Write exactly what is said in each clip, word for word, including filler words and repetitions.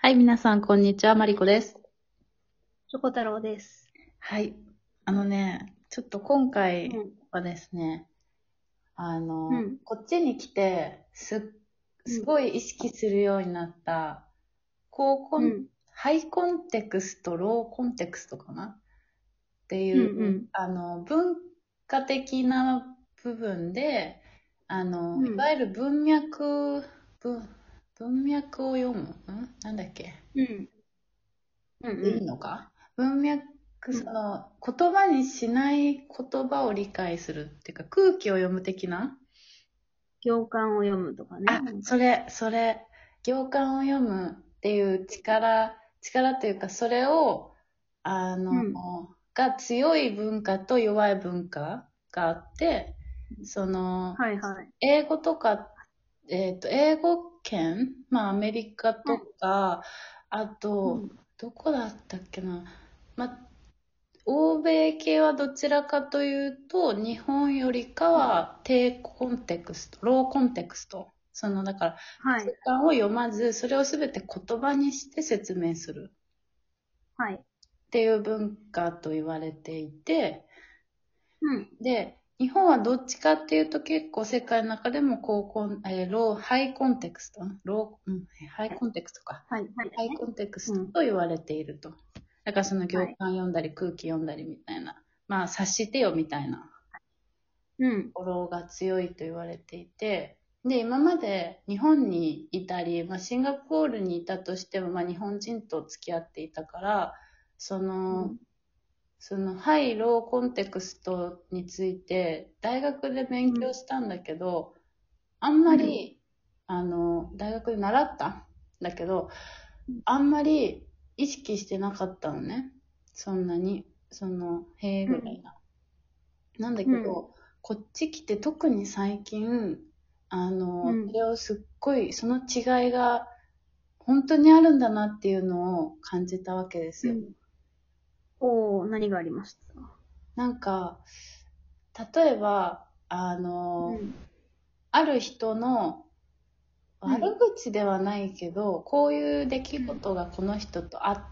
はい、皆さん、こんにちは。マリコです。 チョコ太郎です。 はい。あのね、ちょっと今回うん。 はですね、あの、 うん。 こっちに来て、す、 うん。 すごい意識するようになった、高コン、 うん。 ハイコンテクスト、ローコンテクストかなってうん。 いう、 うん。 あの、文化的な部分で、あの、 うん。 いわゆる文脈、文、文脈を読むんなんだっけうん。うん。うでいいん。 のか文脈、 うん。 その、言葉にしない言葉を理解するっていうか、空気を読む的な行間を読むとかね。 あ、 なんか。 それ、それ、行間を読むっていう力、力というか、それを、あの、 うん。 が強い文化と弱い文化があって、その、 はいはい。 英語とか、えっと、英語圏、まあ、アメリカとか、あと、 うん。 どこだったっけな、まあ、欧米系はどちらかというと、日本よりかうん。 は低コンテクスト、ローコンテクスト。その、だから、 はい。 空間を読まず、それをすべて言葉にして説明するはい。 っていう文化と言われていて、 うん。 で、日本はどっちかっていうと結構世界の中でも高コン、えーロー、ハイコンテクスト、ロー、うん、ハイコンテクストか。 はい。はい。 ハイね。 コンテクスうん。 トと言われていると。だからその行はい。 間読んだり空気読んだりみたいな。まあ察してよみたいなうん。 ところが強いと言われていて、で、今まで日本にいたり、まあ、シンガポールにいたとしても、まあ、日本人と付き合っていたから、その、 うん。 そのハイローコンテクストについて大学で勉うん。 強したんだけど、あんまうん。 り、あの、大学で習ったんだけど、あんまり意識してなかったのね。そんなに、その、へえうん。 ぐらいな。なんだうん。 けど、こっち来て特に最近、あの、そうん。 れをすっごい、その違いが本当にあるんだなっていうのを感じたわけですよ。 うん。おー、何がありました？ なんか、例えば、あの、 うん。 ある人のうん。 悪口ではないけど、こういう出来うん。 事がこの人とあって、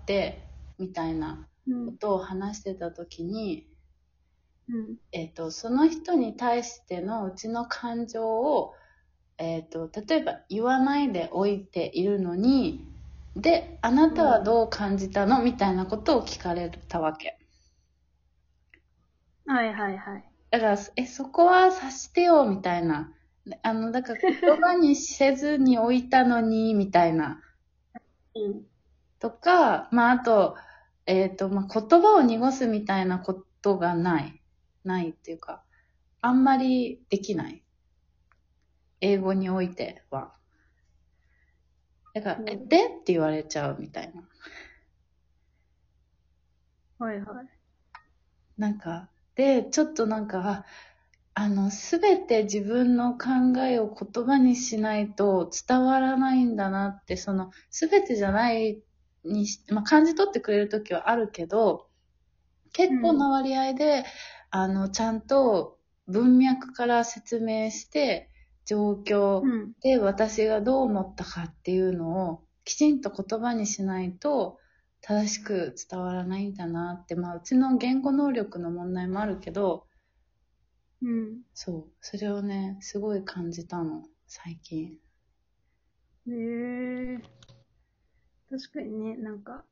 みたいなうん。 ことを話してた時に、 うん。 えっと、その人に対してのうちの感情を、えっと、例えば言わないでおいているのに、で、あなたはうん。 どう感じたのみたいなことを聞かれたわけ。 はいはいはい。 だから、え、そこは察してよ、みたいな。あの、だから言葉にせずに置いたのに、みたいな。 うん。 とか、まあ、あと、えっと、まあ、言葉を濁すみたいなことがない。ないっていうか、あんまりできない。英語においては。だから、え、 うん。 でって言われちゃうみたいな。 はいはい。 なんか、で、ちょっとなんか、ああの、すべて自分の考えを言葉にしないと伝わらないんだなって、その、すべてじゃないにし、まあ、感じ取ってくれるときはあるけど、結構うん。 な割合で、あの、ちゃんと文脈から説明して、状況うん。 で私がどう思ったかっていうのをきちんと言葉にしないと正しく伝わらないんだなって、まあ、うちの言語能力の問題もあるけど、 うん。 そう、それをね、すごい感じたの、最近。 へえ。確かにね、なんか、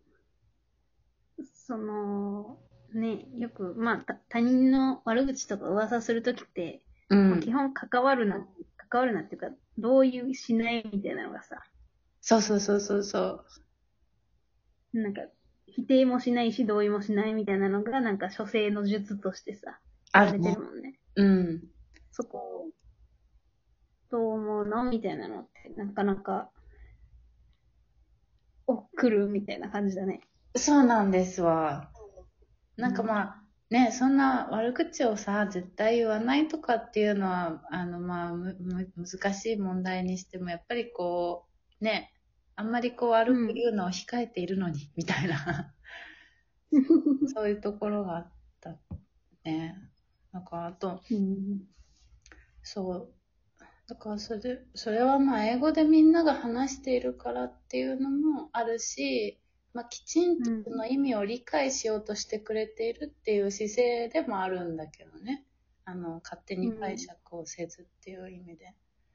その、ね、よく、まあ、た他人の悪口とか噂するときって、まあ、基うん。 本関わるな、関わるなっていうか、同意しないみたいなのがさ、 そうそうそうそうそう。 なんか、否定もしないし、同意もしないみたいなのが、なんか、処世の術としてさ、言われてあるね。 るもんね。 うん。 そこを、どう思うのみたいなのって、なかなか、お、来るみたいな感じだね。 そうなんですわ。なんかうん。 まあ、ね、そんな悪口をさ、絶対言わないとかっていうのは、あのまあ、む、む、難しい問題にしても、やっぱりこう、ね、あんまりこう悪くうん。 言うのを控えているのに、みたいな、そういうところがあったね。なんか、あと、 うん。 そう。 だからそれ、それはまあ英語でみんなが話しているからっていうのもあるし、まあきちんとその意味を理解しようとしてくれているっていう姿勢でもあるんだけどね。あの、勝手に解釈をせずっていう意味で。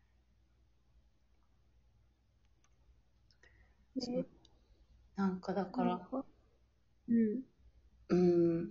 うん、 なんかだから、 うん。 うん、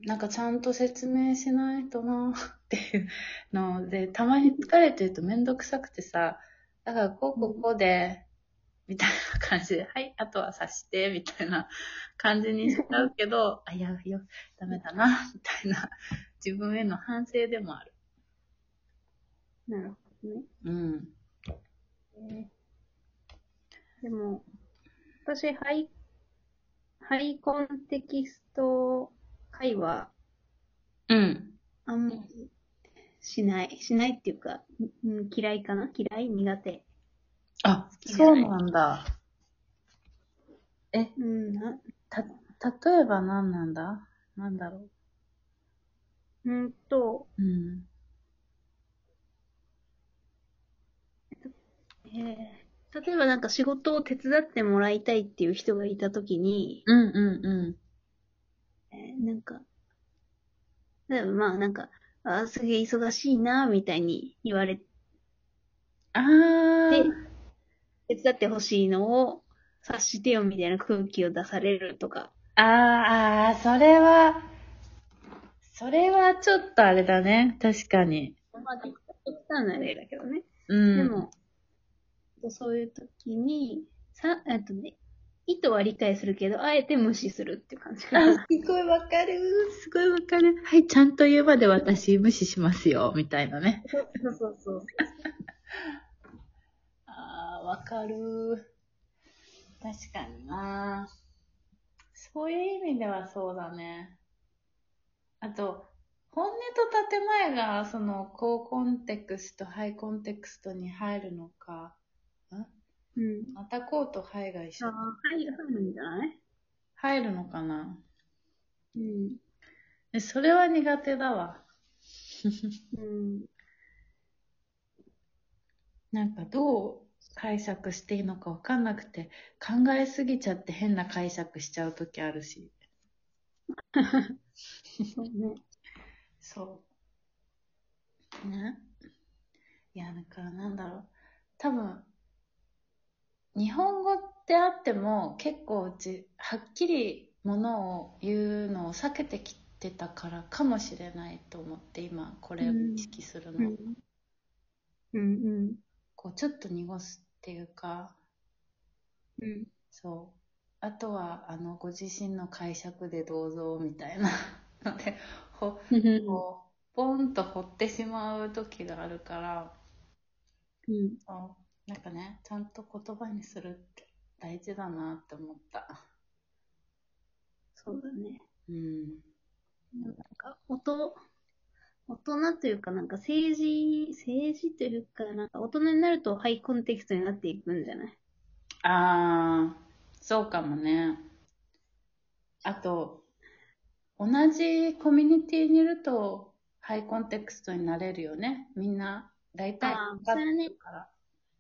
なんかちゃんと説明しないとなっていうので、たまに疲れてるとめんどくさくてさ、だからこうこうこうで、みたいな感じで、はい、あとは察して、みたいな感じにしちゃうけど、あ、いや、いや、ダメだな、みたいな、自分への反省でもある。 なるほどね。 うん。 えー、でも、私、ハイ、ハイコンテキスト会話、 うん。 あんまりしない。しないっていうか、うん、嫌いかな嫌い苦手。 あ、 好きじゃない。 そうなんだ。え、 うん、な、 た、例えば何なんだなんだろうんと、 う。うん。 えー、例えばなんか仕事を手伝ってもらいたいっていう人がいたときに、 うんうんうん。 えーなんか、例えばまあなんか、あー、すげえ忙しいな、みたいに言われあて、 ー、 手伝ってほしいのを察してよみたいな空気を出されるとか。 あー、あー、それは、それはちょっとあれだね。確かに。 まあ、極端な例だけどね。 うん。 でも、そういう時に、さ、えっとね、意図は理解するけど、あえて無視するっていう感じかあ、すな。 ごいわかる。すごいわかる。はい、ちゃんと言うまで私無視しますよ。みたいなね。 そうそうそうそう。 ああ、わかる。確かにな。そういう意味ではそうだね。あと、本音と建前が、その、高コンテクスト、ハイコンテクストに入るのか。んうん。 またこうとハイが一ああ、 緒。 はい、入るんじゃない？ 入るのかな。 うん。 え、それは苦手だわ。 うん。 なんかどう解釈していいのかわかんなくて、考えすぎちゃって変な解釈しちゃうときあるし。 そうね。 そう。ね。いや、だからなんだろう。多分、日本語ってあっても結構うち、はっきりものを言うのを避けてきてたからかもしれないと思って今これを意うん。 識するの。 うん。うん。うん。 こうちょっと濁すっていうか、 うん。 そう。あとは、あの、ご自身の解釈でどうぞ、みたいなので、ほ、 うん。 こう、ポンと掘ってしまう時があるから、 うん。 そう、なんかね、ちゃんと言葉にするって大事だなって思った。 そうだね。 うん。 なんか、音、大人というか、なんか政治、政治というか、なんか大人になるとハイコンテキストになっていくんじゃない？ あー、そうかもね。あと、同じコミュニティにいると、ハイコンテクストになれるよね。みんな、大体ああ、 分かってそれはね、 るから。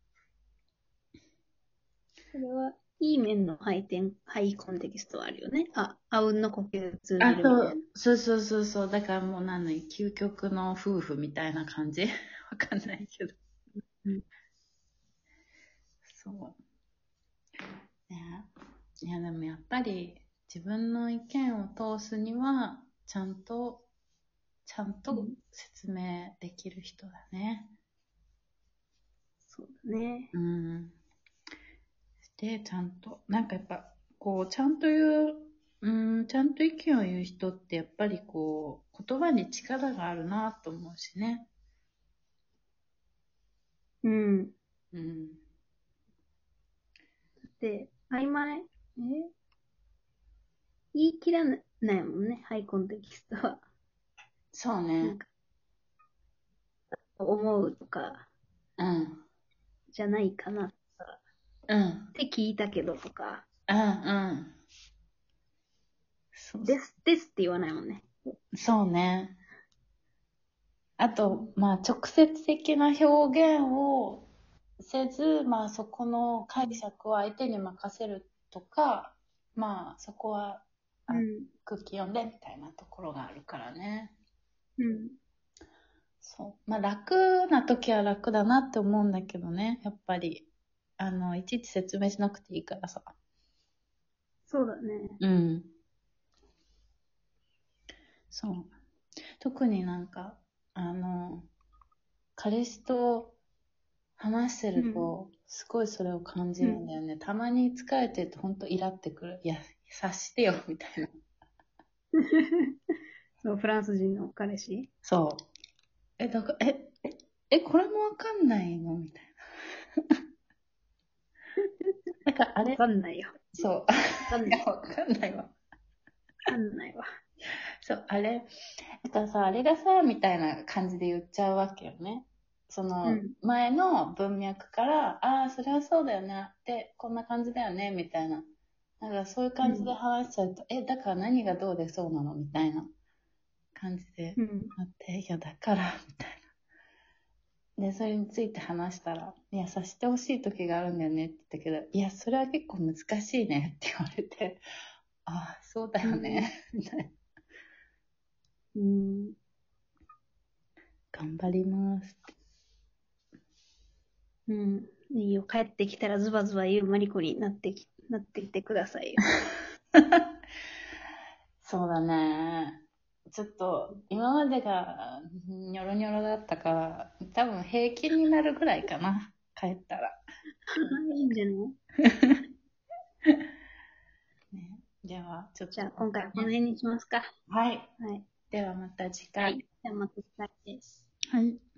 それは、いい面のハイテン、ハイコンテキストはあるよね。あ、あうんの呼吸通じあ、 るみたいな。 そう、そうそうそうそう。だからもう何の、究極の夫婦みたいな感じわかんないけど。 うん。 そう。ね。いや、でもやっぱり自分の意見を通すには、ちゃんと、ちゃんとうん。 説明できる人だね。 そうだね。 うん。で、ちゃんと、なんかやっぱ、こう、ちゃんと言う、うん、ちゃんと意見を言う人ってやっぱりこう、言葉に力があるなと思うしね。 うん。 うん。 で、曖昧、え言い切らないもんね、ハイコンテキストは。 そうね。 なんか、思うとか、 うん。 じゃないかな、とかうん。 って聞いたけどとか、 うんうん。そうそです、ですって言わないもんね。 う。そうね。あと、 うん。 まあ、直接的な表現をせず、まあそこの解釈を相手に任せるとか、まあそこはあうん。 空気読んでみたいなところがあるからね。 うん。 そう。まあ楽な時は楽だなって思うんだけどね。やっぱり、あの、いちいち説明しなくていいからさ。 そうだね。 うん。そう。特になんか、あの、彼氏と話してうん。 ると、すごいそれを感じうん。 るんだよね。たまに疲れてるとほんとイラってくる。いや、察してよ、みたいな。 そう、フランス人の彼氏。 そう。え、だから、え、え、え、これもわかんないのみたいな。なんか、あわれかんないよ。 そう。 わかんいや、 ない。わわかんないわ。 かんないわ。 そう、あれ、だからさ、あれがさ、みたいな感じで言っちゃうわけよね。その、 うん。 前の文脈から、ああ、それはそうだよね。で、こんな感じだよね、みたいな。なんかそういう感じでうん。 話しちゃうと、え、だから何がどうでそうなのみたいな感じでうん。 なって、いや、だから、みたいな。で、それについて話したら、いや、さしてほしい時があるんだよねって言ったけど、いや、それは結構難しいねって言われて、ああ、そうだうん。 よね、みたいな。 うん。 頑張ります。 うん。いいよ。帰ってきたらズバズバ言うマリコになってき、なってきてくださいよ。 そうだね。ちょっと、今までがニョロニョロだったから、多分平均になるぐらいかな。帰ったら。 いいんじゃない？ ね、では、ちょっと、 じゃあ、今回はこの辺にしますか。 はい。 はい。 ではまた次回。 はい。じゃあ、また次回です。 はい。